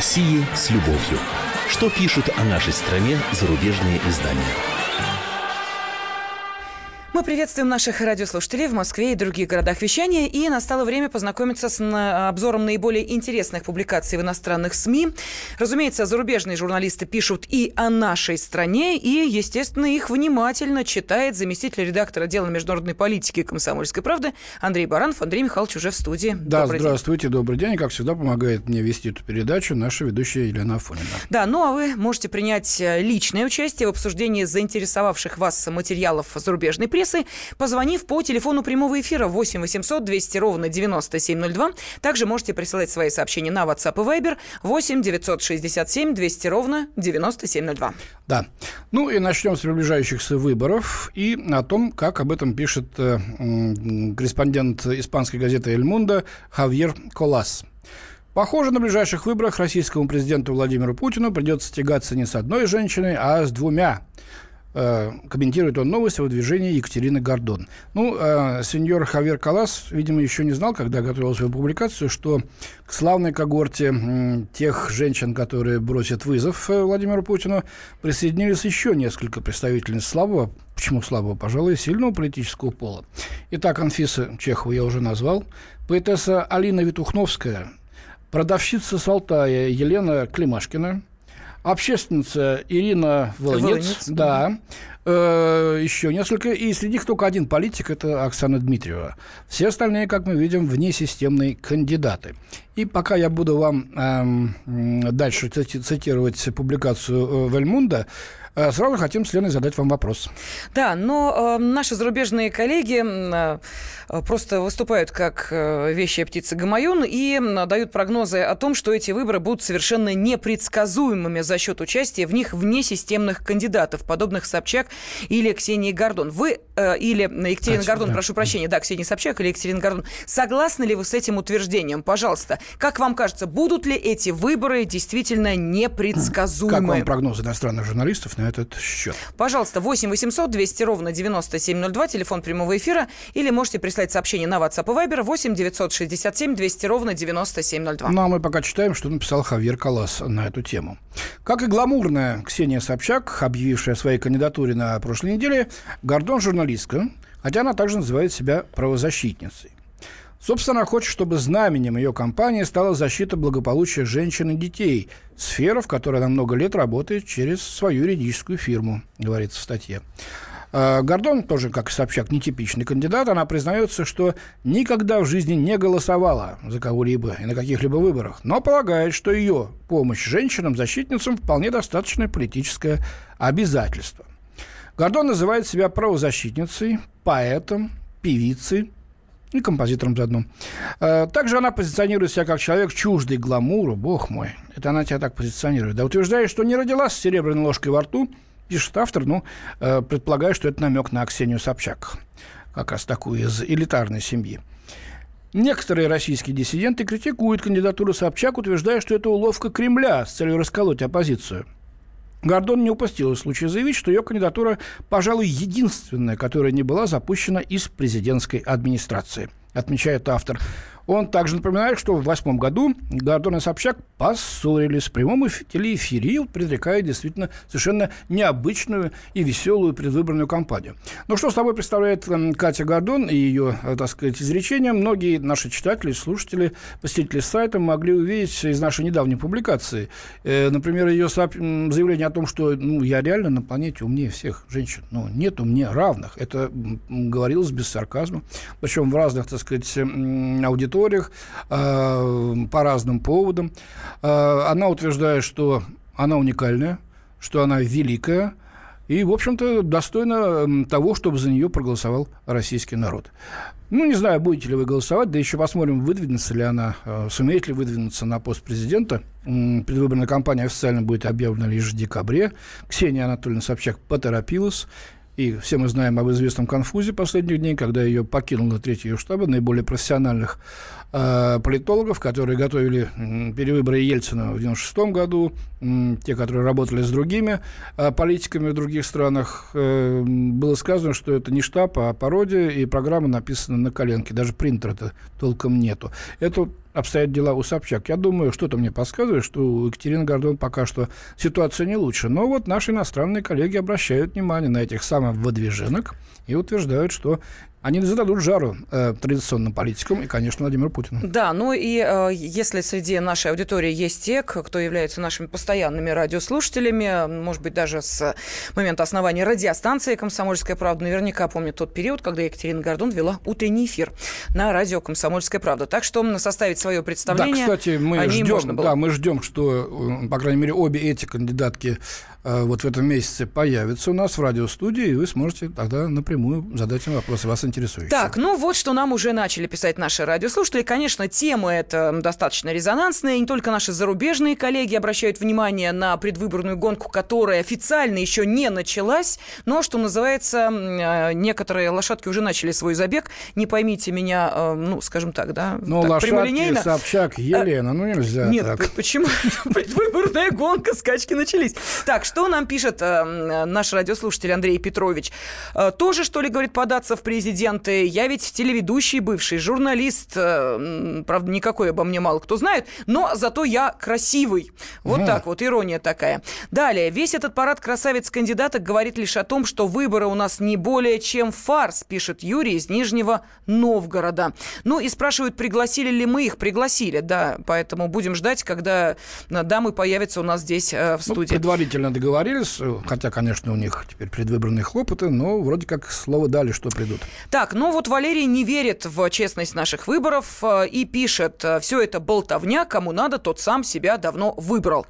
России с любовью. Что пишут о нашей стране зарубежные издания? Мы приветствуем наших радиослушателей в Москве и других городах вещания. И настало время познакомиться с обзором наиболее интересных публикаций в иностранных СМИ. Разумеется, зарубежные журналисты пишут и о нашей стране. И, естественно, их внимательно читает заместитель редактора отдела международной политики «Комсомольской правды» Андрей Баранов. Андрей Михайлович уже в студии. Да, добрый здравствуйте, добрый день. И, как всегда, помогает мне вести эту передачу наша ведущая Елена Афонина. Да, ну а вы можете принять личное участие в обсуждении заинтересовавших вас материалов зарубежной прессы, позвонив по телефону прямого эфира 8 800 200 ровно 9702. Также можете присылать свои сообщения на WhatsApp и Viber 8 967 200 ровно 9702. Да. Ну и начнем с приближающихся выборов и о том, как об этом пишет корреспондент испанской газеты «Эль Мундо» Хавьер Колас. Похоже, на ближайших выборах российскому президенту Владимиру Путину придется тягаться не с одной женщиной, а с двумя. Комментирует он новость о выдвижении Екатерины Гордон. Сеньор Хавьер Колас, видимо, еще не знал, когда готовил свою публикацию, что к славной когорте тех женщин, которые бросят вызов Владимиру Путину, присоединились еще несколько представительниц слабого, почему слабого, пожалуй, сильного политического пола. Итак, Анфиса Чехова я уже назвал, поэтесса Алина Витухновская, продавщица с Алтая Елена Климашкина, общественница Ирина Волынец. Да. Еще несколько. И среди них только один политик – это Оксана Дмитриева. Все остальные, как мы видим, внесистемные кандидаты. И пока я буду вам дальше цитировать публикацию в «Эль Мундо», сразу хотим с Леной задать вам вопрос. Да, но наши зарубежные коллеги просто выступают как вещая птица Гамаюн и дают прогнозы о том, что эти выборы будут совершенно непредсказуемыми за счет участия в них внесистемных кандидатов, подобных Собчак или Ксении Гордон. Вы или Екатерина Гордон, да. Прошу прощения, да, Ксения Собчак или Екатерина Гордон. Согласны ли вы с этим утверждением? Пожалуйста, как вам кажется, будут ли эти выборы действительно непредсказуемы? Как вам прогнозы иностранных журналистов на этот счет? Пожалуйста, 8 800 200 ровно 9702, телефон прямого эфира, или можете прислать сообщение на WhatsApp и Viber 8 967 200 ровно 9702. Ну, а мы пока читаем, что написал Хавьер Колас на эту тему. Как и гламурная Ксения Собчак, объявившая о своей кандидатуре на прошлой неделе, Гордон журналистка, хотя она также называет себя правозащитницей. Собственно, она хочет, чтобы знаменем ее кампании стала защита благополучия женщин и детей, сфера, в которой она много лет работает через свою юридическую фирму, говорится в статье. Гордон, тоже, как и Собчак, нетипичный кандидат. Она признается, что никогда в жизни не голосовала за кого-либо и на каких-либо выборах, но полагает, что ее помощь женщинам-защитницам вполне достаточное политическое обязательство. Гордон называет себя правозащитницей, поэтом, певицей и композитором заодно. Также она позиционирует себя как человек чуждый гламуру. Бог мой, это она тебя так позиционирует. Да, утверждает, что не родилась с серебряной ложкой во рту, пишет автор, предполагаю, что это намек на Ксению Собчак, как раз такую из элитарной семьи. Некоторые российские диссиденты критикуют кандидатуру Собчак, утверждая, что это уловка Кремля с целью расколоть оппозицию. Гордон не упустил случай заявить, что ее кандидатура, пожалуй, единственная, которая не была запущена из президентской администрации, отмечает автор. Он также напоминает, что в 2008 году Гордон и Собчак поссорились в прямом телеэфире и предрекает действительно совершенно необычную и веселую предвыборную кампанию. Ну, что собой представляет Катя Гордон и ее, так сказать, изречения, многие наши читатели, слушатели, посетители сайта могли увидеть из нашей недавней публикации. Например, ее заявление о том, что я реально на планете умнее всех женщин. Нету мне равных. Это говорилось без сарказма. Причем в разных, так сказать, аудиториях, по разным поводам. Она утверждает, что она уникальная, что она великая и, в общем-то, достойна того, чтобы за нее проголосовал российский народ. Не знаю, будете ли вы голосовать, да еще посмотрим, выдвинется ли она, сумеет ли выдвинуться на пост президента. Предвыборная кампания официально будет объявлена лишь в декабре. Ксения Анатольевна Собчак поторопилась. И все мы знаем об известном конфузе последних дней, когда ее покинуло третье ее штаба наиболее профессиональных политологов, которые готовили перевыборы Ельцина в 1996 году, те, которые работали с другими политиками в других странах. Было сказано, что это не штаб, а пародия, и программа написана на коленке. Даже принтера-то толком нету. Это обстоят дела у Собчак. Я думаю, что-то мне подсказывает, что у Екатерины Гордон пока что ситуация не лучше. Но вот наши иностранные коллеги обращают внимание на этих самых выдвиженок и утверждают, что они зададут жару традиционным политикам и, конечно, Владимиру Путину. Да, ну и если среди нашей аудитории есть те, кто являются нашими постоянными радиослушателями, может быть, даже с момента основания радиостанции «Комсомольская правда», наверняка помнят тот период, когда Екатерина Гордон вела утренний эфир на радио «Комсомольская правда». Так что составить свое представление да, кстати, мы ждем, что, по крайней мере, обе эти кандидатки вот в этом месяце появятся у нас в радиостудии, и вы сможете тогда напрямую задать им вопросы, вас интересующие. Так, ну вот что нам уже начали писать наши радиослушатели. Конечно, тема эта достаточно резонансная. И не только наши зарубежные коллеги обращают внимание на предвыборную гонку, которая официально еще не началась, но, что называется, некоторые лошадки уже начали свой забег. Не поймите меня, скажем так, да, ну, так, лошадки, прямолинейно. Собчак, Елена, нельзя Нет, так. Почему? Предвыборная гонка, скачки начались. Так, что нам пишет наш радиослушатель Андрей Петрович? Тоже, что ли, говорит, податься в президенты? Я ведь телеведущий бывший, журналист. Правда, никакой обо мне мало кто знает, но зато я красивый. Вот так вот, ирония такая. Далее. Весь этот парад красавиц-кандидаток говорит лишь о том, что выборы у нас не более чем фарс, пишет Юрий из Нижнего Новгорода. Ну и спрашивают, пригласили ли мы их. Пригласили, да. Поэтому будем ждать, когда дамы появятся у нас здесь в студии. Предварительно договорились, хотя, конечно, у них теперь предвыборные хлопоты, но вроде как слово дали, что придут. Так, ну вот Валерий не верит в честность наших выборов и пишет, все это болтовня, кому надо, тот сам себя давно выбрал.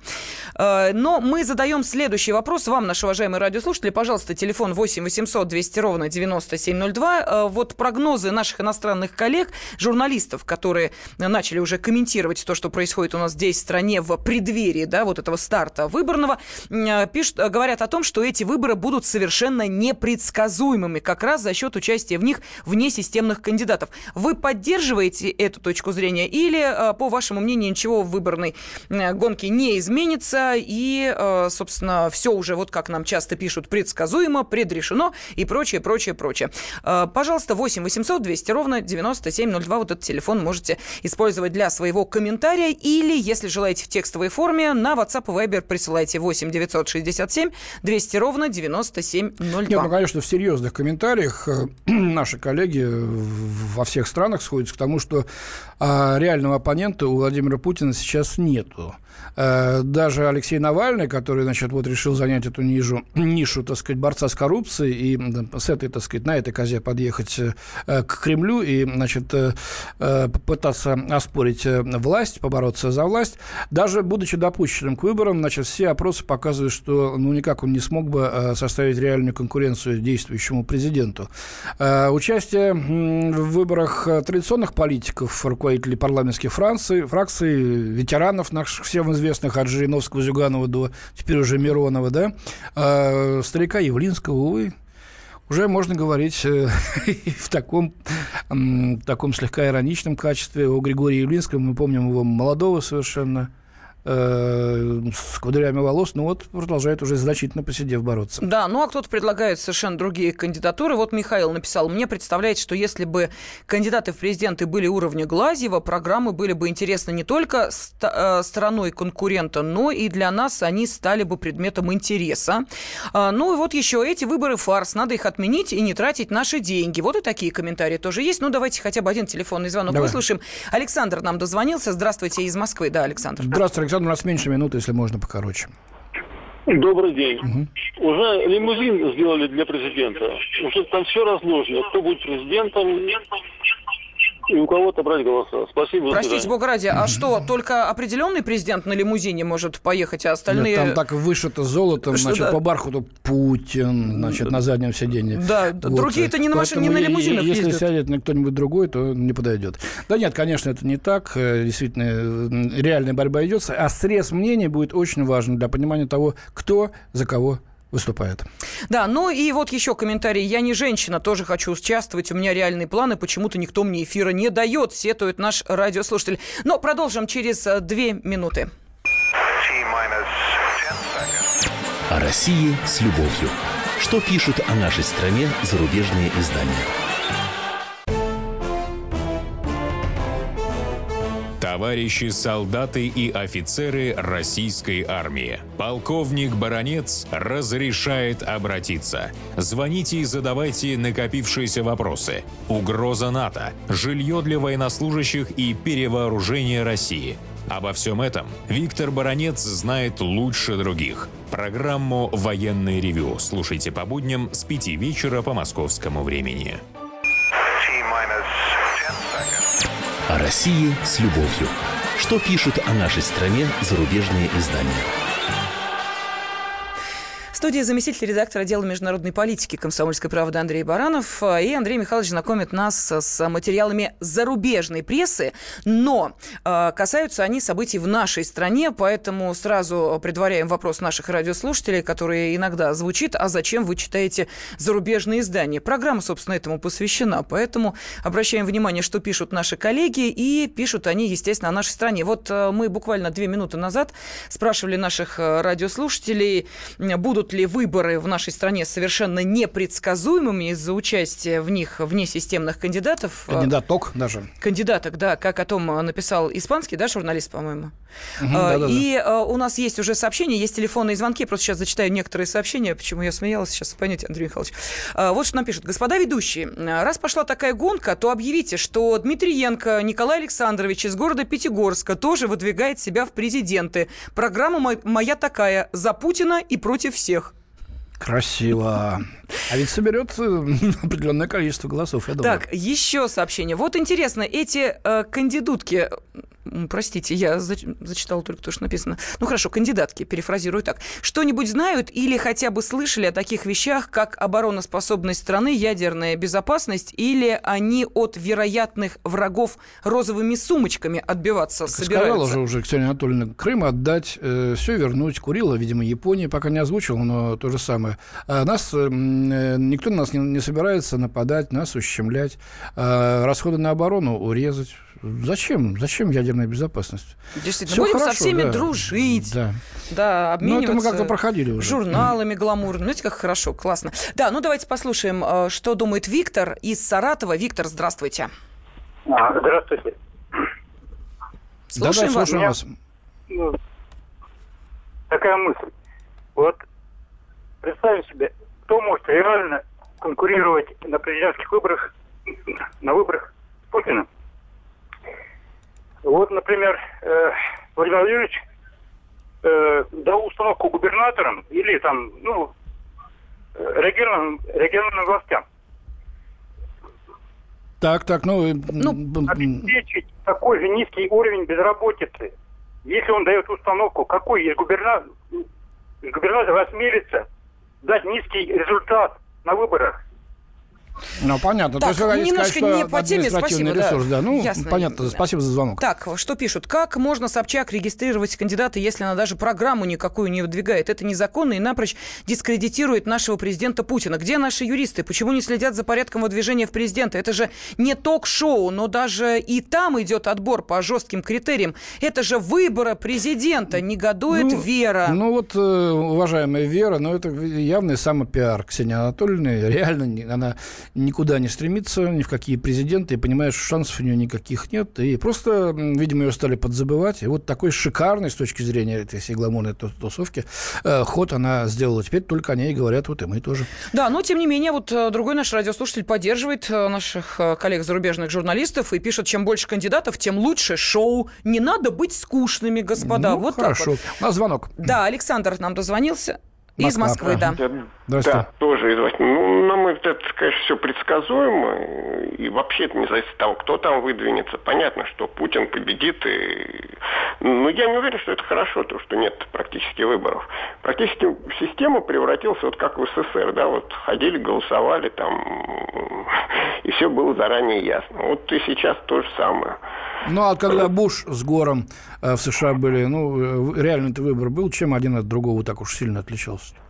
Но мы задаем следующий вопрос вам, наши уважаемые радиослушатели. Пожалуйста, телефон 8 800 200 ровно 9702. Вот прогнозы наших иностранных коллег, журналистов, которые начали уже комментировать то, что происходит у нас здесь в стране в преддверии, да, вот этого старта выборного, говорят о том, что эти выборы будут совершенно непредсказуемыми, как раз за счет участия в них внесистемных кандидатов. Вы поддерживаете эту точку зрения или, по вашему мнению, ничего в выборной гонке не изменится и, собственно, все уже, вот как нам часто пишут, предсказуемо, предрешено и прочее, прочее, прочее. Пожалуйста, 8 800 200 ровно 9702, вот этот телефон можете использовать для своего комментария или, если желаете в текстовой форме, на WhatsApp и Viber присылайте 8 967 200 ровно 9702. Нет, ну, конечно, в серьезных комментариях наши коллеги во всех странах сходятся к тому, что реального оппонента у Владимира Путина сейчас нету. Даже Алексей Навальный, который, значит, вот решил занять эту нишу, так сказать, борца с коррупцией и с этой, так сказать, на этой козе подъехать к Кремлю и, значит, попытаться оспорить власть, побороться за власть, даже будучи допущенным к выборам, значит, все опросы показывают, что, никак он не смог бы составить реальную конкуренцию действующему президенту. Участие в выборах традиционных политиков, руководителей парламентских фракций, ветеранов наших всем известных, от Жириновского, Зюганова до теперь уже Миронова, да, старика Явлинского, увы, уже можно говорить в таком слегка ироничном качестве о Григории Явлинском. Мы помним его молодого совершенно, с кудрями волос, продолжает уже значительно посидев бороться. Да, а кто-то предлагает совершенно другие кандидатуры. Вот Михаил написал, мне представляется, что если бы кандидаты в президенты были уровня Глазьева, программы были бы интересны не только стороной конкурента, но и для нас они стали бы предметом интереса. И вот еще эти выборы фарс, надо их отменить и не тратить наши деньги. Вот и такие комментарии тоже есть. Давайте хотя бы один телефонный звонок выслушаем. Александр нам дозвонился. Здравствуйте, из Москвы. Да, Александр. Здравствуйте, Александр, у нас меньше минуты, если можно, покороче. Добрый день. Уже лимузин сделали для президента. Уже там все разложено. Кто будет президентом и у кого-то брать голоса. Спасибо. Простите, бога ради, а что, только определенный президент на лимузине может поехать, а остальные... Нет, там так вышито золотом, значит, по бархату Путин, значит, на заднем сиденье. Да, вот. Другие-то не на машине, не на лимузинах ездят. Если сядет кто-нибудь другой, то не подойдет. Да нет, конечно, это не так. Действительно, реальная борьба идет. А срез мнений будет очень важен для понимания того, кто за кого выступает. Да, ну и вот еще комментарий. Я не женщина, тоже хочу участвовать, у меня реальные планы, почему-то никто мне эфира не дает, сетует наш радиослушатель. Но продолжим через 2 минуты. О России с любовью. Что пишут о нашей стране зарубежные издания? Товарищи солдаты и офицеры российской армии. Полковник Баранец разрешает обратиться. Звоните и задавайте накопившиеся вопросы. Угроза НАТО, жилье для военнослужащих и перевооружение России. Обо всем этом Виктор Баранец знает лучше других. Программу «Военное ревю» слушайте по будням с 5 вечера по московскому времени. О России с любовью. Что пишут о нашей стране зарубежные издания? В студии заместитель редактора отдела международной политики «Комсомольской правды» Андрей Баранов. И Андрей Михайлович знакомит нас с материалами зарубежной прессы, но касаются они событий в нашей стране, поэтому сразу предваряем вопрос наших радиослушателей, который иногда звучит: а зачем вы читаете зарубежные издания? Программа, собственно, этому посвящена, поэтому обращаем внимание, что пишут наши коллеги, и пишут они, естественно, о нашей стране. Вот мы буквально 2 минуты назад спрашивали наших радиослушателей, будут ли выборы в нашей стране совершенно непредсказуемыми из-за участия в них внесистемных кандидатов. Кандидаток даже. Кандидаток, да, как о том написал испанский, да, журналист, по-моему. И у нас есть уже сообщения, есть телефонные звонки. Просто сейчас зачитаю некоторые сообщения. Почему я смеялась, сейчас поймете, Андрей Михайлович. Вот что нам пишут. Господа ведущие, раз пошла такая гонка, то объявите, что Дмитриенко Николай Александрович из города Пятигорска тоже выдвигает себя в президенты. Программа моя такая: за Путина и против всех. Красиво. А ведь соберет определенное количество голосов, я думаю. Так, еще сообщение. Вот интересно, эти кандидатки... Простите, я зачитала только то, что написано. Ну хорошо, кандидатки, перефразирую так. Что-нибудь знают или хотя бы слышали о таких вещах, как обороноспособность страны, ядерная безопасность, или они от вероятных врагов розовыми сумочками отбиваться собираются? Сказала же уже Ксения Анатольевна: Крым отдать, все вернуть. Курила, видимо, Япония, пока не озвучила, но то же самое. Никто на нас не собирается нападать, нас ущемлять, расходы на оборону урезать. Зачем? Зачем ядерная безопасность? Действительно, всё будем хорошо, со всеми да. дружить, Да, обмениваться. это мы как-то проходили уже. Журналами гламурными. Знаете, как хорошо, классно. Да, ну давайте послушаем, что думает Виктор из Саратова. Виктор, здравствуйте. Здравствуйте. Слушаем вас. Слушаем вас. Такая мысль. Вот представим себе, кто может реально конкурировать на президентских выборах, на выборах с Путиным. Вот, например, Владимир Владимирович дал установку губернаторам или там, региональным властям. Обеспечить такой же низкий уровень безработицы. Если он дает установку, какой из губернаторов осмелится дать низкий результат на выборах? Ну, понятно. Так, то есть, немножко сказать, не по теме, спасибо. Ресурс, да. Ну, ясно. понятно, Да. Спасибо за звонок. Так, что пишут? Как можно Собчак регистрировать кандидата, если она даже программу никакую не выдвигает? Это незаконно и напрочь дискредитирует нашего президента Путина. Где наши юристы? Почему не следят за порядком выдвижения в президенты? Это же не ток-шоу, но даже и там идет отбор по жестким критериям. Это же выборы президента. Негодует Вера. Ну вот, уважаемая Вера, это явный самопиар Ксении Анатольевны. Реально она никуда не стремится, ни в какие президенты, и понимает, что шансов у нее никаких нет. И просто, видимо, ее стали подзабывать. И вот такой шикарный с точки зрения этой всей гламурной тусовки ход она сделала. Теперь только о ней говорят вот и мы тоже. Да, но тем не менее, вот другой наш радиослушатель поддерживает наших коллег-зарубежных журналистов и пишет: чем больше кандидатов, тем лучше шоу. Не надо быть скушными, господа. Вот хорошо. так вот. У нас звонок. Да, Александр нам дозвонился. Из Москвы, да. Да, тоже из Москвы. На мой взгляд, конечно, все предсказуемо. И вообще это не зависит от того, кто там выдвинется. Понятно, что Путин победит. Но я не уверен, что это хорошо, то, что нет практически выборов. Практически система превратилась вот как в СССР. Да, вот ходили, голосовали там, и все было заранее ясно. Вот и сейчас то же самое. Ну, а когда Буш с Гором в США были, реально это выбор был, чем один от другого так уж сильно отличался?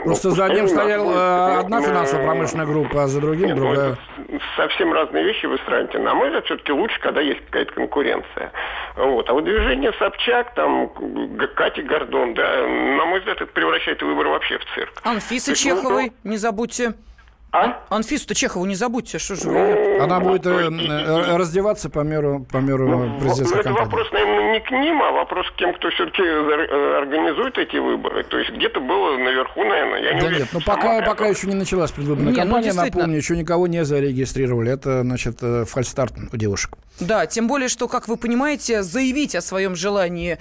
Просто за одним стояла одна финансово-промышленная группа, а за другим другая. Совсем разные вещи вы страните. На мой взгляд, все-таки лучше, когда есть какая-то конкуренция. Вот. А вот движение Собчак, там, Кати Гордон, да, на мой взгляд, это превращает выборы вообще в цирк. Анфисы Чеховой, не забудьте. Анфису-то Чехову не забудьте, что же вы... Она будет раздеваться по меру президентской кампании. Это вопрос, наверное, не к ним, а вопрос к тем, кто все-таки организует эти выборы. То есть где-то было наверху, наверное. Я не уверен, нет, пока еще не началась предвыборная кампания, напомню, еще никого не зарегистрировали. Это, значит, фальстарт у девушек. Да, тем более, что, как вы понимаете, заявить о своем желании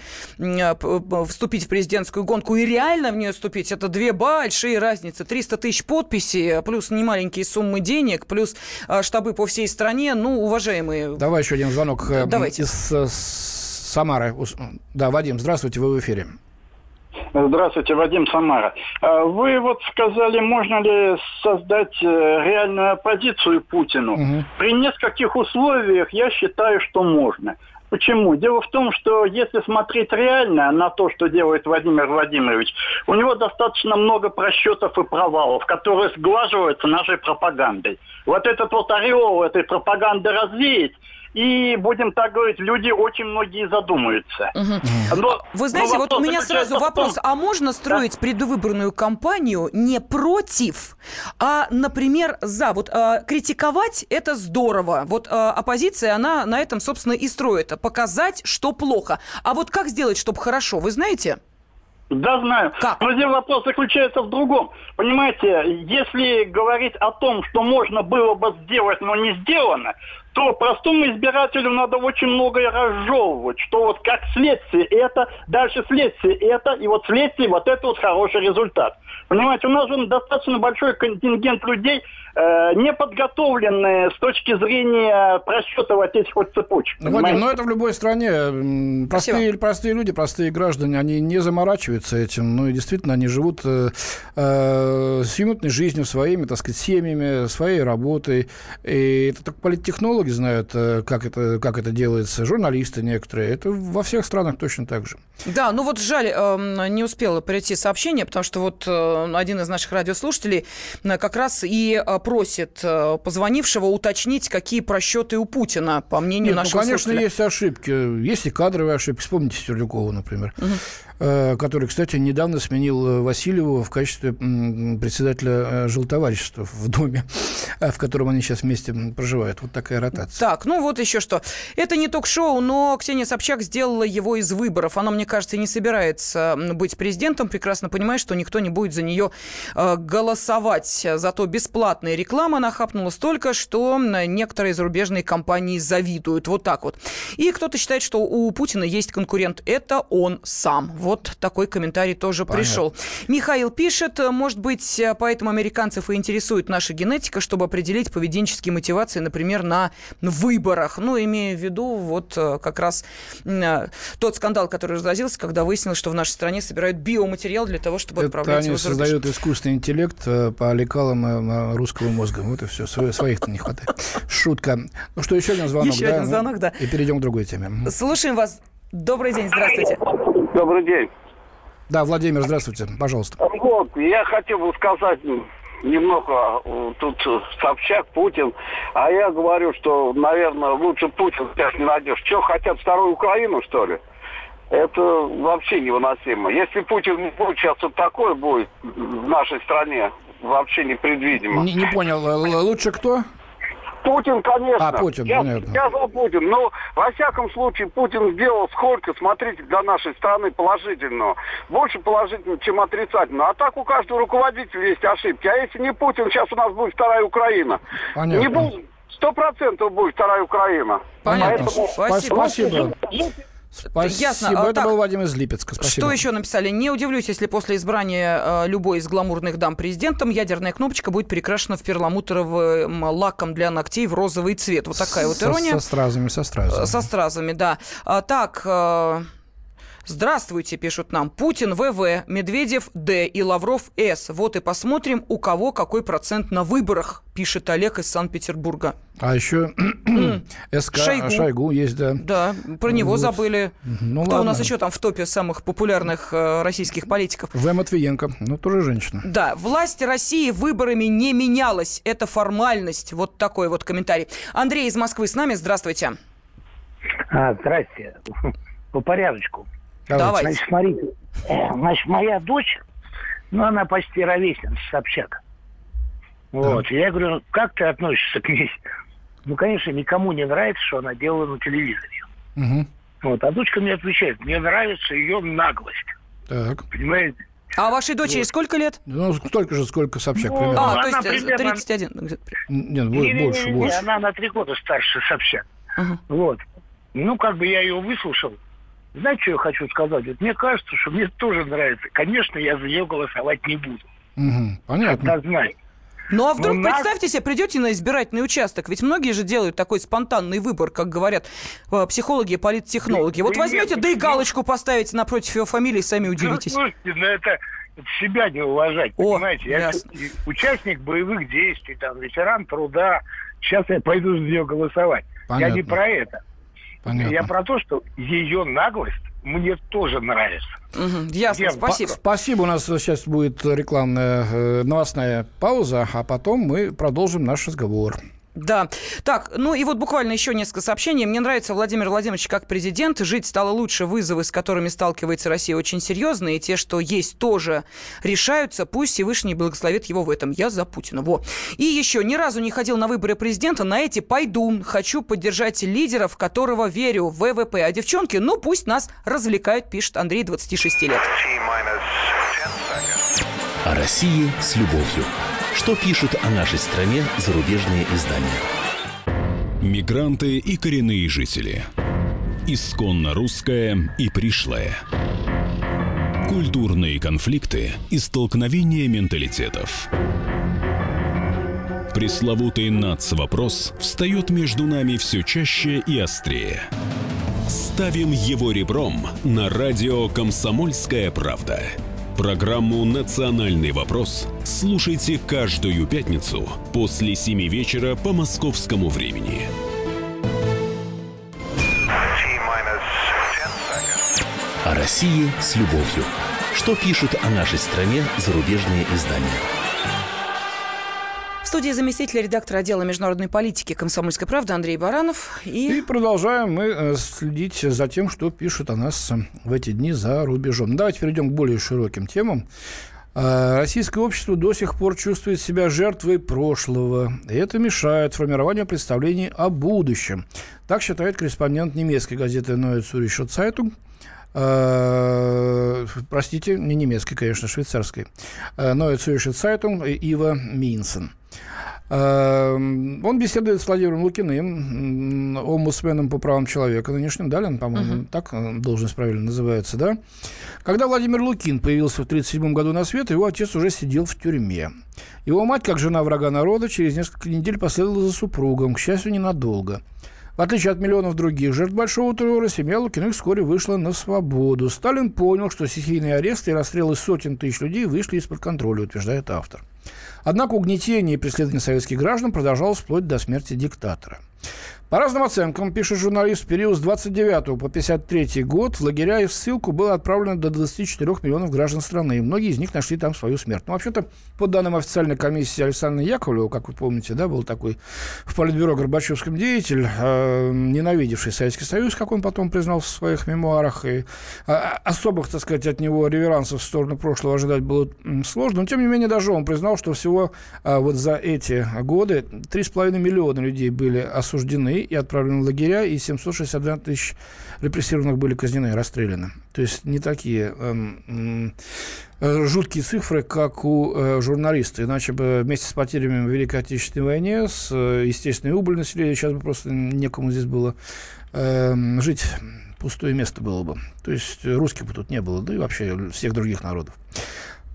вступить в президентскую гонку и реально в нее вступить, это две большие разницы. 300 тысяч подписей, плюс немаленькие суммы денег, плюс штабы по всей стране. Ну, уважаемые... Давай еще один звонок. Давайте. Из Самары. Да, Вадим, здравствуйте, вы в эфире. Здравствуйте, Вадим, Самара. Вы вот сказали, можно ли создать реальную оппозицию Путину. Угу. При нескольких условиях я считаю, что можно. Почему? Дело в том, что если смотреть реально на то, что делает Владимир Владимирович, у него достаточно много просчетов и провалов, которые сглаживаются нашей пропагандой. Вот этот вот ореол этой пропаганды развеять, и, будем так говорить, люди очень многие задумаются. Но, вы знаете, вот у меня сразу вопрос. А можно строить предвыборную кампанию не против, а, например, за? Вот критиковать – это здорово. Вот оппозиция, она на этом, собственно, и строит. Показать, что плохо. А вот как сделать, чтобы хорошо, вы знаете? Да, знаю. Как? Но здесь вопрос заключается в другом. Понимаете, если говорить о том, что можно было бы сделать, но не сделано, то простому избирателю надо очень многое разжевывать, что вот как следствие это, дальше следствие это, и вот следствие вот это вот хороший результат. Понимаете, у нас же достаточно большой контингент людей, не подготовленные с точки зрения просчета вот этих вот цепочек. Владимир, но это в любой стране. Простые люди, простые граждане, они не заморачиваются этим. Ну и действительно, они живут сиюминутной жизнью, своими, так сказать, семьями, своей работой. И это только политтехнологи знают, как это делается, журналисты некоторые. Это во всех странах точно так же. Да, ну вот жаль, не успело прийти сообщение, потому что вот один из наших радиослушателей как раз и просит позвонившего уточнить, какие просчеты у Путина, по мнению нашего конечно, слушателя. есть ошибки. Есть и кадровые ошибки. Вспомните Стерлякова, например. Который, кстати, недавно сменил Васильеву в качестве председателя жилтоварищества в доме, в котором они сейчас вместе проживают. Вот такая ротация. Так, ну вот еще что. Это не ток-шоу, но Ксения Собчак сделала его из выборов. Она, мне кажется, не собирается быть президентом, прекрасно понимает, что никто не будет за нее голосовать. Зато бесплатная реклама нахапнула столько, что некоторые зарубежные компании завидуют. Вот так вот. И кто-то считает, что у Путина есть конкурент. Это он сам. Вот такой комментарий тоже пришел. Михаил пишет, может быть, поэтому американцев и интересует наша генетика, чтобы определить поведенческие мотивации, например, на выборах. Ну, имея в виду вот как раз тот скандал, который разразился, когда выяснилось, что в нашей стране собирают биоматериал для того, чтобы отправлять его за рубеж. Они создают искусственный интеллект по лекалам русского мозга. Вот и все. Своих-то не хватает. Шутка. Ну что, еще один звонок. Еще один звонок, да. И перейдем к другой теме. Слушаем вас. Добрый день, здравствуйте. Добрый день. Да, Владимир, здравствуйте, пожалуйста. Вот, я хотел бы сказать немного, тут Собчак, Путин, а я говорю, что, наверное, лучше Путин сейчас не найдешь. Что, хотят вторую Украину, что ли? Это вообще невыносимо. Если Путин не будет, сейчас вот такое будет в нашей стране, вообще непредвидимо. Не понял, лучше кто? Путин, конечно. Путин, понятно. Я за Путин. Но, во всяком случае, Путин сделал сколько, смотрите, для нашей страны положительного. Больше положительного, чем отрицательного. А так у каждого руководителя есть ошибки. А если не Путин, сейчас у нас будет вторая Украина. Понятно. Не будет, 100% будет вторая Украина. Понятно. Поэтому... Спасибо. Ясно. Это так, был Вадим из Липецка. Спасибо. Что еще написали? Не удивлюсь, если после избрания любой из гламурных дам президентом ядерная кнопочка будет перекрашена в перламутровым лаком для ногтей в розовый цвет. Вот такая вот ирония. Со стразами. Со стразами, да. Так... Здравствуйте, пишут нам. Путин ВВ, Медведев Д и Лавров С. Вот и посмотрим, у кого какой процент на выборах, пишет Олег из Санкт-Петербурга. А еще СК Шойгу есть, да. Да, про него забыли. Ну, Кто ладно. у нас еще там в топе самых популярных российских политиков? В. Матвиенко, ну, тоже женщина. Да, власть России выборами не менялась. Это формальность. Вот такой вот комментарий. Андрей из Москвы с нами. Здравствуйте. Здрасте. По порядочку. Давайте. Значит, смотрите. Значит, моя дочь, она почти ровесница Собчак. Вот. И я говорю, как ты относишься к ней? Ну, конечно, никому не нравится, что она делала на телевизоре. Угу. Вот. А дочка мне отвечает, мне нравится ее наглость. Так. Понимаете? А вашей дочери сколько лет? Ну, столько же, сколько Собчак, Ну, примерно. То есть примерно... 31. где-то. Нет, больше. Она на 3 года старше Собчак. Вот. Ну, как бы я ее выслушал. Знаете, что я хочу сказать? Вот мне кажется, что мне тоже нравится. Конечно, я за нее голосовать не буду. Угу. Понятно. Однозначно. Ну, а вдруг, представьте себе, придете на избирательный участок, ведь многие же делают такой спонтанный выбор, как говорят психологи и политтехнологи. Вот возьмете, да и галочку поставите напротив его фамилии, сами удивитесь. Слушайте, это себя не уважать, понимаете? Я ясно. участник боевых действий, там, ветеран труда. Сейчас я пойду за нее голосовать. Понятно. Я не про это. Понятно. Я про то, что ее наглость мне тоже нравится. Ясно, спасибо. Спасибо. У нас сейчас будет рекламная новостная пауза, а потом мы продолжим наш разговор. Да. Так, ну и вот буквально еще несколько сообщений. Мне нравится Владимир Владимирович как президент. Жить стало лучше. Вызовы, с которыми сталкивается Россия, очень серьезные. И те, что есть, тоже решаются. Пусть Всевышний благословит его в этом. Я за Путина. Во. И еще ни разу не ходил на выборы президента. На эти пойду. Хочу поддержать лидера, в которого верю. ВВП. А девчонки, ну пусть нас развлекают, пишет Андрей, 26 лет. О России с любовью. Что пишут о нашей стране зарубежные издания? Мигранты и коренные жители. Исконно русское и пришлое. Культурные конфликты и столкновения менталитетов. Пресловутый НАЦ-вопрос встает между нами все чаще и острее. Ставим его ребром на радио «Комсомольская правда». Программу «Национальный вопрос» слушайте каждую пятницу после 7 вечера по московскому времени. О России с любовью. Что пишут о нашей стране зарубежные издания? В студии заместитель редактора отдела международной политики «Комсомольской правды» Андрей Баранов. И продолжаем мы следить за тем, что пишут о нас в эти дни за рубежом. Давайте перейдем к более широким темам. Российское общество до сих пор чувствует себя жертвой прошлого, и это мешает формированию представлений о будущем. Так считает корреспондент немецкой газеты Neue Zürcher Zeitung. Простите, не немецкой, конечно, швейцарской. Neue Zürcher Zeitung Ива Минсен. Он беседует с Владимиром Лукиным, омбудсменом по правам человека нынешним, да, по-моему, так должность правильно называется, да. Когда Владимир Лукин появился в 1937 году на свет, его отец уже сидел в тюрьме. Его мать, как жена врага народа, через несколько недель последовала за супругом, к счастью, ненадолго. В отличие от миллионов других жертв большого террора, семья Лукиных вскоре вышла на свободу. Сталин понял, что стихийные аресты и расстрелы сотен тысяч людей вышли из-под контроля, утверждает автор. Однако угнетение и преследование советских граждан продолжалось вплоть до смерти диктатора. По разным оценкам, пишет журналист, в период с 29 по 53 год в лагеря и в ссылку было отправлено до 24 миллионов граждан страны, и многие из них нашли там свою смерть. Но вообще-то, по данным официальной комиссии Александра Яковлева, как вы помните, да, был такой в политбюро Горбачевском деятель, ненавидевший Советский Союз, как он потом признал в своих мемуарах, и особых, так сказать, от него реверансов в сторону прошлого ожидать было сложно, но тем не менее даже он признал, что всего вот за эти годы 3,5 миллиона людей были осуждены и отправлены в лагеря, и 762 тысяч репрессированных были казнены и расстреляны. То есть не такие жуткие цифры, как у журналиста. Иначе бы вместе с потерями в Великой Отечественной войне, с естественной убылью населения, сейчас бы просто некому здесь было жить. Пустое место было бы. То есть русских бы тут не было, да и вообще всех других народов.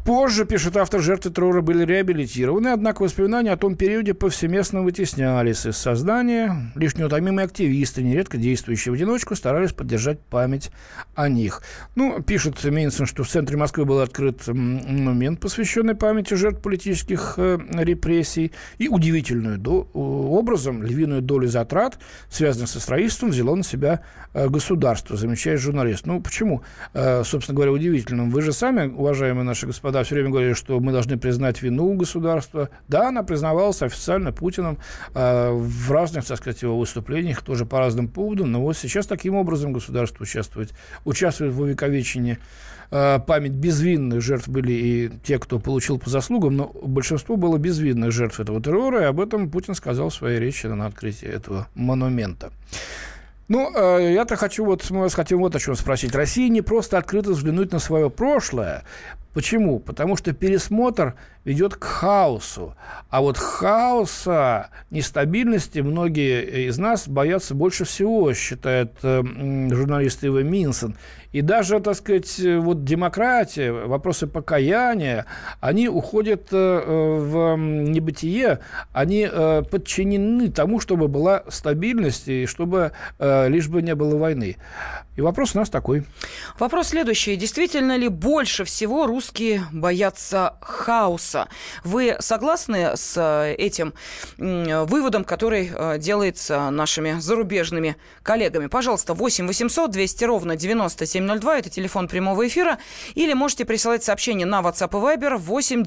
Позже, пишет автор, жертвы террора были реабилитированы, однако воспоминания о том периоде повсеместно вытеснялись из сознания. Лишь неутомимые активисты, нередко действующие в одиночку, старались поддержать память о них. Ну, пишет Мейнсон, что в центре Москвы был открыт монумент, посвященный памяти жертв политических репрессий. И удивительным образом львиную долю затрат, связанных со строительством, взяло на себя государство, замечает журналист. Ну, почему, собственно говоря, удивительным? Вы же сами, уважаемые наши господа, все время говорили, что мы должны признать вину государства. Да, она признавалась официально Путиным в разных, так сказать, его выступлениях, тоже по разным поводам. Но вот сейчас таким образом государство участвует в увековечении память безвинных жертв. Были и те, кто получил по заслугам, но большинство было безвинных жертв этого террора, и об этом Путин сказал в своей речи на открытии этого монумента. Ну, я-то хочу мы вас хотим вот о чем спросить. Россия не просто открыто взглянуть на свое прошлое. Почему? Потому что пересмотр ведет к хаосу. А вот хаоса, нестабильности многие из нас боятся больше всего, считает журналист Ива Минсон. И даже, так сказать, вот демократия, вопросы покаяния, они уходят в небытие, они подчинены тому, чтобы была стабильность и чтобы лишь бы не было войны. И вопрос у нас такой. Вопрос следующий. Действительно ли больше всего русские боятся хаоса? Вы согласны с этим выводом, который делается нашими зарубежными коллегами? Пожалуйста, 8 800 200 ровно 9702, это телефон прямого эфира. Или можете присылать сообщение на WhatsApp и Viber 8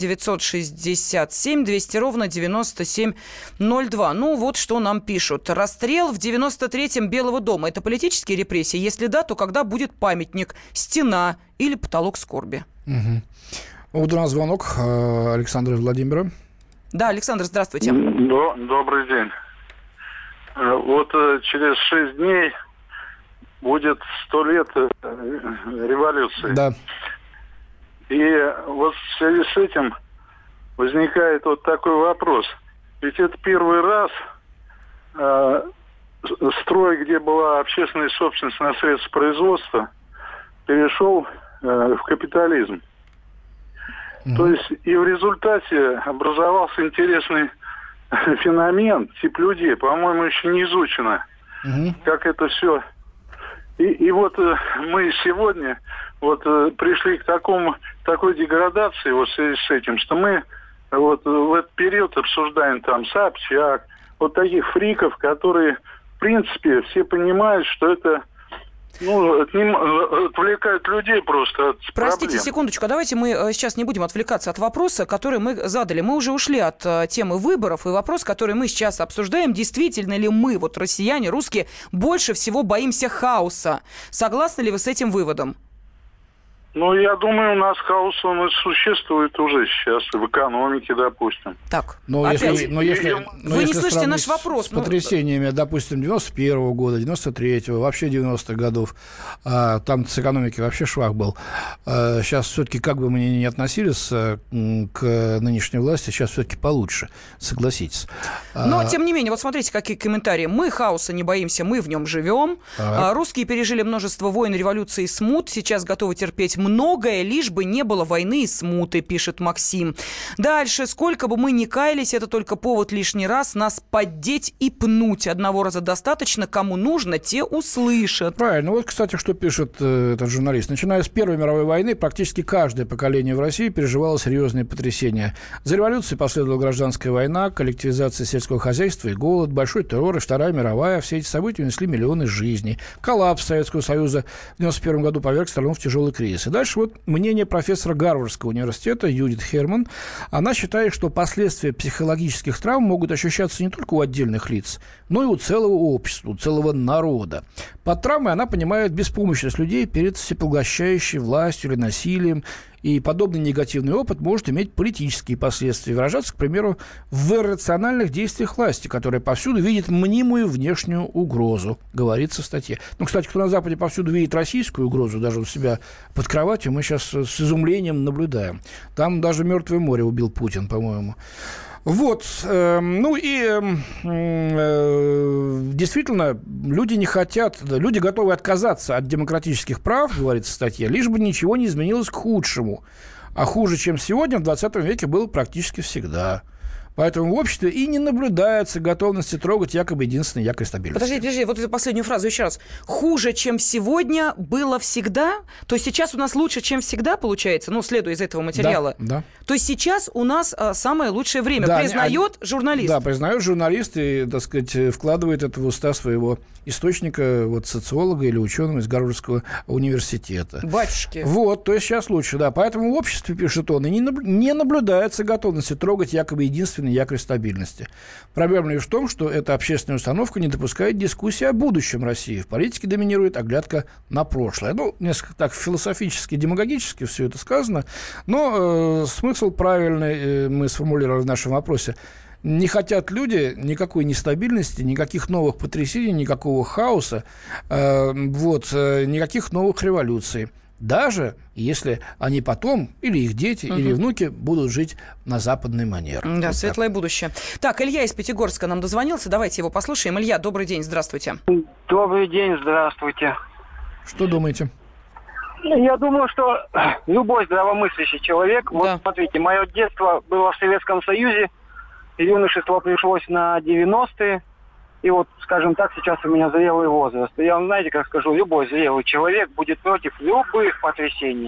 967 200 ровно 9702. Ну, вот что нам пишут. Расстрел в 93-м Белого дома. Это политические репрессии? Если да, то когда будет памятник, стена или потолок скорби? Угу. Вот у нас звонок Александра из Владимира. Да, Александр, здравствуйте. Добрый день. Вот через 6 дней будет 100 лет революции. Да. И вот в связи с этим возникает вот такой вопрос. Ведь это первый раз строй, где была общественная собственность на средства производства, перешел в капитализм. То есть и в результате образовался интересный феномен, тип людей, по-моему, еще не изучено, как это все. И вот мы сегодня вот пришли к такой деградации вот в связи с этим, что мы вот в этот период обсуждаем там Собчак, вот таких фриков, которые, в принципе, все понимают, что это отвлекают людей просто от Простите, проблем. секундочку, давайте мы сейчас не будем отвлекаться от вопроса, который мы задали. Мы уже ушли от темы выборов, и вопрос, который мы сейчас обсуждаем, действительно ли мы, вот россияне, русские, больше всего боимся хаоса? Согласны ли вы с этим выводом? Ну, я думаю, у нас хаос, он существует уже сейчас, в экономике, допустим. Так, если вы не слышите наш вопрос. С потрясениями, допустим, 91-го года, 93-го, вообще 90-х годов, там с экономики вообще швах был. Сейчас все-таки, как бы мы ни относились к нынешней власти, сейчас все-таки получше, согласитесь. Но, тем не менее, вот смотрите, какие комментарии. Мы хаоса не боимся, мы в нем живем. Русские пережили множество войн, революций и смут, сейчас готовы терпеть многое, лишь бы не было войны и смуты, пишет Максим. Дальше. Сколько бы мы ни каялись, это только повод лишний раз нас поддеть и пнуть. Одного раза достаточно, кому нужно, те услышат. Правильно. Вот, кстати, что пишет этот журналист. Начиная с Первой мировой войны, практически каждое поколение в России переживало серьезные потрясения. За революцией последовала гражданская война, коллективизация сельского хозяйства и голод, большой террор и Вторая мировая. Все эти события унесли миллионы жизней. Коллапс Советского Союза в 1991 году поверг страну в тяжелый кризис. И дальше вот мнение профессора Гарвардского университета Юдит Херман. Она считает, что последствия психологических травм могут ощущаться не только у отдельных лиц, но и у целого общества, у целого народа. Под травмой она понимает беспомощность людей перед всепоглощающей властью или насилием. И подобный негативный опыт может иметь политические последствия, выражаться, к примеру, в иррациональных действиях власти, которая повсюду видит мнимую внешнюю угрозу, говорится в статье. Ну, кстати, кто на Западе повсюду видит российскую угрозу, даже у себя под кроватью, мы сейчас с изумлением наблюдаем. Там даже Мертвое море убил Путин, по-моему. Вот, действительно, люди не хотят, люди готовы отказаться от демократических прав, говорится в статье, лишь бы ничего не изменилось к худшему. А хуже, чем сегодня, в 20 веке было практически всегда. Поэтому в обществе и не наблюдается готовности трогать якобы единственный якорь стабильности. Подожди, вот эту последнюю фразу еще раз. Хуже, чем сегодня, было всегда? То есть сейчас у нас лучше, чем всегда, получается? Ну, следуя из этого материала. Да. То есть сейчас у нас самое лучшее время. Да, признает журналист. Да, признает журналист и, так сказать, вкладывает это в уста своего источника, вот социолога или ученого из Гарвардского университета. Батюшки. Вот, то есть сейчас лучше, да. Поэтому в обществе, пишет он, и не наблюдается готовности трогать якобы единственный якорь стабильности. Проблема лишь в том, что эта общественная установка не допускает дискуссии о будущем России. В политике доминирует оглядка на прошлое. Ну, несколько так философически, демагогически все это сказано, но смысл правильный мы сформулировали в нашем вопросе. Не хотят люди никакой нестабильности, никаких новых потрясений, никакого хаоса, никаких новых революций. Даже если они потом, или их дети, или внуки будут жить на западный манер. Да, вот светлое будущее. Так, Илья из Пятигорска нам дозвонился. Давайте его послушаем. Илья, добрый день, здравствуйте. Добрый день, здравствуйте. Что думаете? Я думаю, что любой здравомыслящий человек... Да. Вот смотрите, мое детство было в Советском Союзе, юношество пришлось на 90-е. И вот, скажем так, сейчас у меня зрелый возраст. И я вам, знаете, как скажу, любой зрелый человек будет против любых потрясений.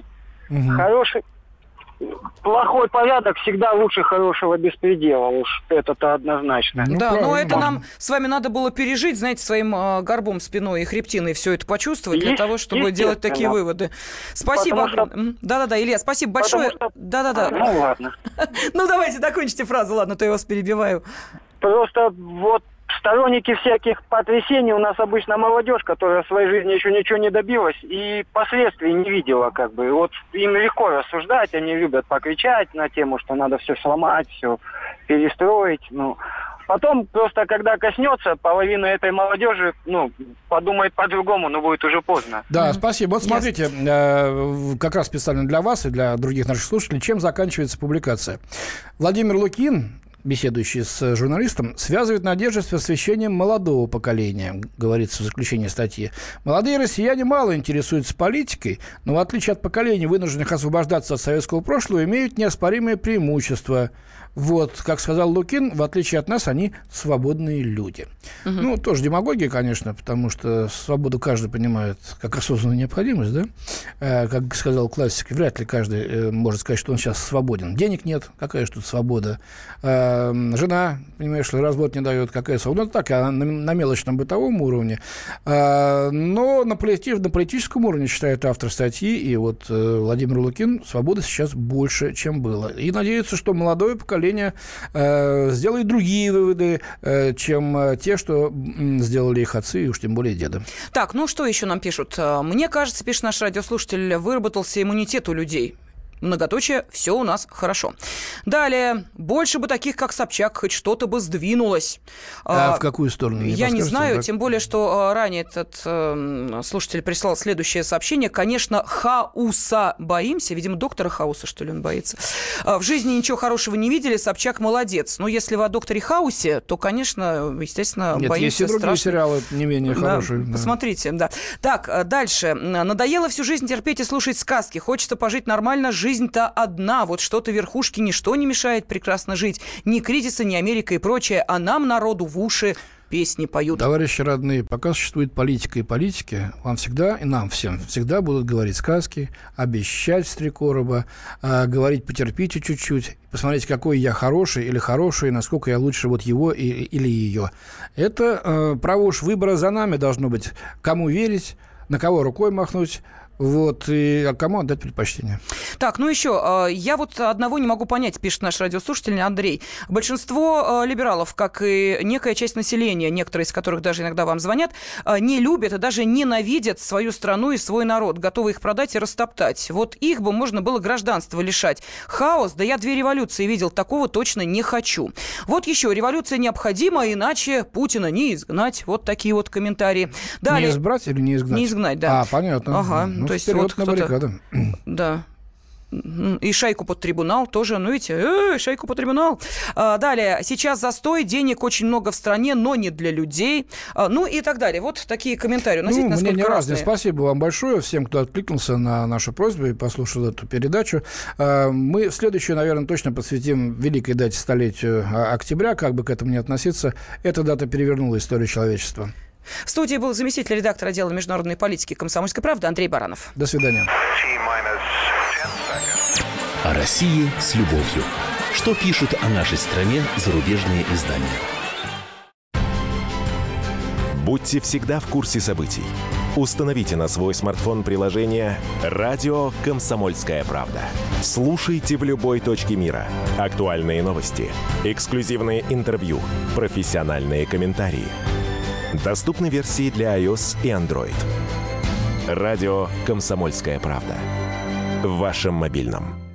Плохой порядок всегда лучше хорошего беспредела. Уж это-то однозначно. Но это нам с вами надо было пережить, знаете, своим горбом, спиной и хребтиной все это почувствовать для того, чтобы делать такие выводы. Спасибо. Да-да-да, Илья, спасибо большое. Да-да-да. Ну, ладно. Ну, давайте докончите фразу, ладно, то я вас перебиваю. Просто вот сторонники всяких потрясений у нас обычно молодежь, которая в своей жизни еще ничего не добилась и последствий не видела, как бы. Вот им легко рассуждать, они любят покричать на тему, что надо все сломать, все перестроить. Ну, потом просто, когда коснется, половина этой молодежи, подумает по-другому, но будет уже поздно. Да, спасибо. Вот смотрите, как раз специально для вас и для других наших слушателей, чем заканчивается публикация. Владимир Лукин, беседующий с журналистом, связывает надежды с просвещением молодого поколения, говорится в заключении статьи. Молодые россияне мало интересуются политикой, но в отличие от поколений, вынужденных освобождаться от советского прошлого, имеют неоспоримые преимущества. Вот, как сказал Лукин, в отличие от нас, они свободные люди. Ну, тоже демагогия, конечно, потому что свободу каждый понимает как осознанную необходимость, да? Как сказал классик, вряд ли каждый может сказать, что он сейчас свободен. Денег нет, какая же тут свобода? Жена, понимаешь, развод не дает, какая свобода? Ну, так, на мелочном бытовом уровне. Но на политическом уровне, считает автор статьи, и вот Владимир Лукин, свободы сейчас больше, чем было. И надеется, что молодое поколение сделает другие выводы, чем те, что сделали их отцы, и уж тем более деды. Так, ну что еще нам пишут? Мне кажется, пишет наш радиослушатель, выработался иммунитет у людей. Многоточие, все у нас хорошо. Далее, больше бы таких, как Собчак, хоть что-то бы сдвинулось. В какую сторону? Я не знаю, тем более, что ранее этот слушатель прислал следующее сообщение. Конечно, хаоса боимся. Видимо, доктора Хауса, что ли, он боится. В жизни ничего хорошего не видели, Собчак молодец. Но если вы о докторе Хаусе, то, конечно, естественно, боимся. Есть и другие сериалы не менее хорошие. Да. Посмотрите, да. Так, дальше. Надоело всю жизнь терпеть и слушать сказки. Хочется пожить нормально, жизнь-то одна, вот что-то верхушке ничто не мешает прекрасно жить. Ни кризиса, ни Америка и прочее, а нам, народу, в уши песни поют. Товарищи родные, пока существует политика и политики, вам всегда, и нам всем, всегда будут говорить сказки, обещать с три короба, говорить потерпите чуть-чуть, посмотрите, какой я хороший или хороший, насколько я лучше вот его или ее. Это право уж выбора за нами должно быть. Кому верить, на кого рукой махнуть, вот, и кому отдать предпочтение. Так, ну еще, я вот одного не могу понять, пишет наш радиослушатель Андрей. Большинство либералов, как и некая часть населения, некоторые из которых даже иногда вам звонят, не любят и даже ненавидят свою страну и свой народ, готовы их продать и растоптать. Вот их бы можно было гражданства лишать. Хаос, да я 2 революции видел, такого точно не хочу. Вот еще, революция необходима, иначе Путина не изгнать. Вот такие вот комментарии. Далее... Не избрать или не изгнать? Не изгнать, да. Понятно. Ага. Ну, то есть вот кто-то... Да. И шайку под трибунал тоже, ну видите, шайку под трибунал. Далее, сейчас застой, денег очень много в стране, но не для людей. Ну и так далее. Вот такие комментарии. Мнения разные. Спасибо вам большое всем, кто откликнулся на нашу просьбу и послушал эту передачу. Мы следующую, наверное, точно посвятим великой дате столетию октября, как бы к этому ни относиться. Эта дата перевернула историю человечества. В студии был заместитель редактора отдела международной политики «Комсомольской правды» Андрей Баранов. До свидания. О России с любовью. Что пишут о нашей стране зарубежные издания? Будьте всегда в курсе событий. Установите на свой смартфон приложение «Радио Комсомольская правда». Слушайте в любой точке мира. Актуальные новости, эксклюзивные интервью, профессиональные комментарии. Доступны версии для iOS и Android. «Радио Комсомольская правда». В вашем мобильном.